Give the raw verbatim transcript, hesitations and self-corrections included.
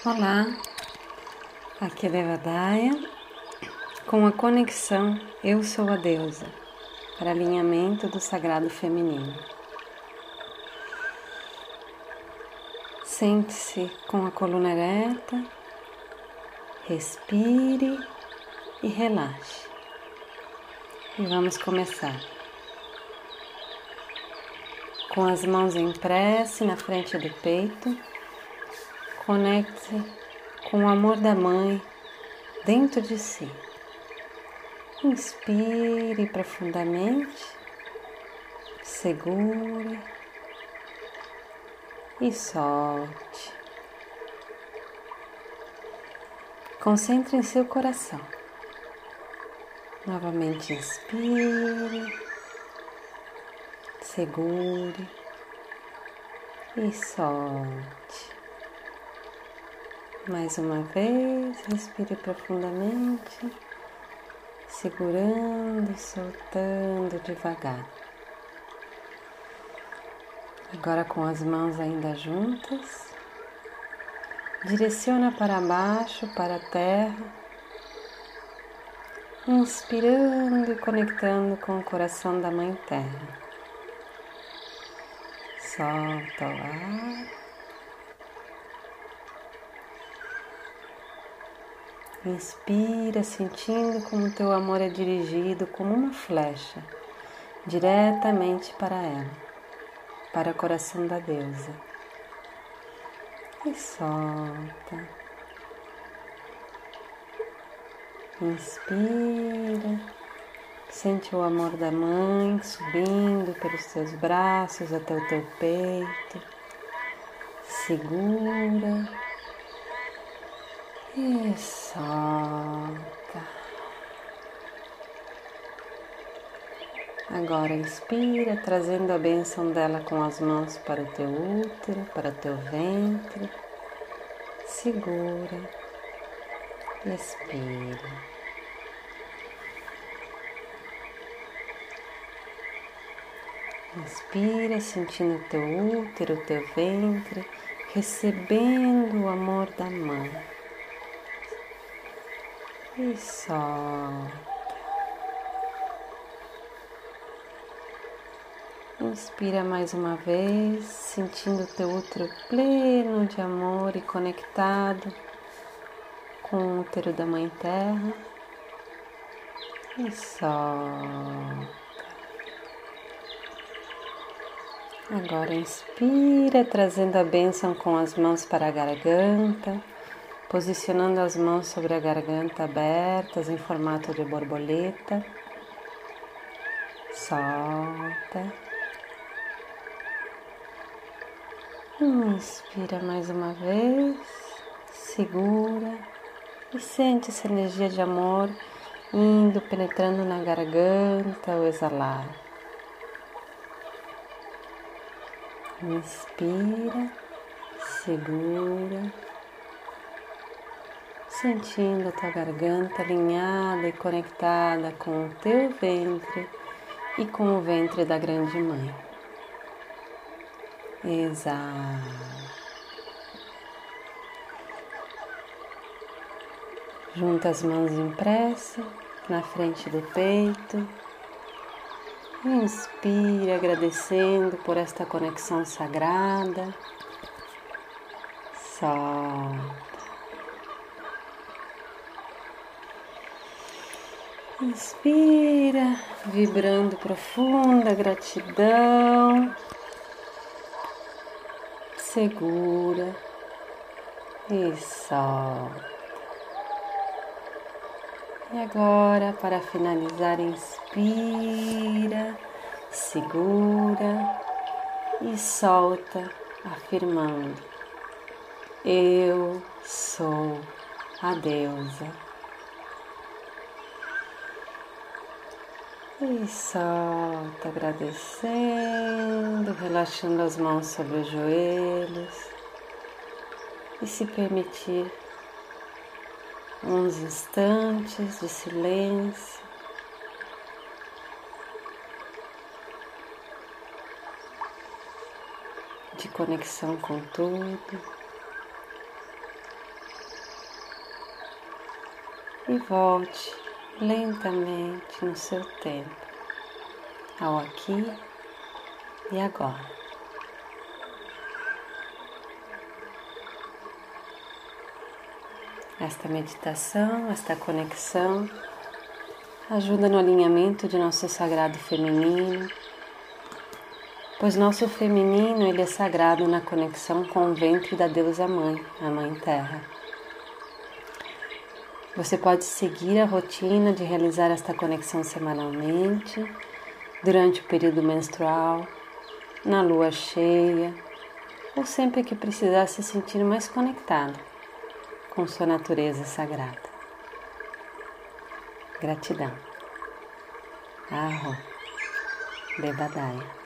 Olá, aqui é Devadaya, com a conexão Eu Sou a Deusa, para alinhamento do Sagrado Feminino. Sente-se com a coluna ereta, respire e relaxe. E vamos começar. Com as mãos em prece na frente do peito, conecte com o amor da mãe dentro de si. Inspire profundamente, segure e solte. Concentre em seu coração. Novamente inspire, segure e solte. Mais uma vez, respire profundamente, segurando e soltando devagar. Agora com as mãos ainda juntas, direciona para baixo, para a terra, inspirando e conectando com o coração da Mãe Terra. Solta o ar. Inspira, sentindo como o teu amor é dirigido como uma flecha, diretamente para ela, para o coração da deusa. E solta. Inspira, sente o amor da mãe subindo pelos teus braços até o teu peito. Segura. E solta. Agora inspira, trazendo a bênção dela com as mãos para o teu útero, para o teu ventre. Segura. Expira. Inspira, sentindo o teu útero, o teu ventre, recebendo o amor da mãe. E solta. Inspira mais uma vez, sentindo o teu útero pleno de amor e conectado com o útero da Mãe Terra. E solta. Agora inspira, trazendo a bênção com as mãos para a garganta, posicionando as mãos sobre a garganta abertas em formato de borboleta. Solta. Inspira mais uma vez, segura e sente essa energia de amor indo, penetrando na garganta ao exalar. Inspira, segura, sentindo a tua garganta alinhada e conectada com o teu ventre e com o ventre da Grande Mãe. Exala. Junta as mãos em prece na frente do peito. Inspire, agradecendo por esta conexão sagrada. Solta. Inspira, vibrando profunda gratidão. Segura e solta. E agora, para finalizar, inspira, segura e solta, afirmando: Eu sou a deusa. E solta, agradecendo, relaxando as mãos sobre os joelhos e se permitir uns instantes de silêncio, de conexão com tudo. e volte lentamente no seu tempo, ao aqui e agora. Esta meditação, esta conexão ajuda no alinhamento de nosso sagrado feminino, pois nosso feminino ele é sagrado na conexão com o ventre da deusa mãe, a Mãe Terra. Você pode seguir a rotina de realizar esta conexão semanalmente, durante o período menstrual, na lua cheia, ou sempre que precisar se sentir mais conectado com sua natureza sagrada. Gratidão. Aho Devadaya.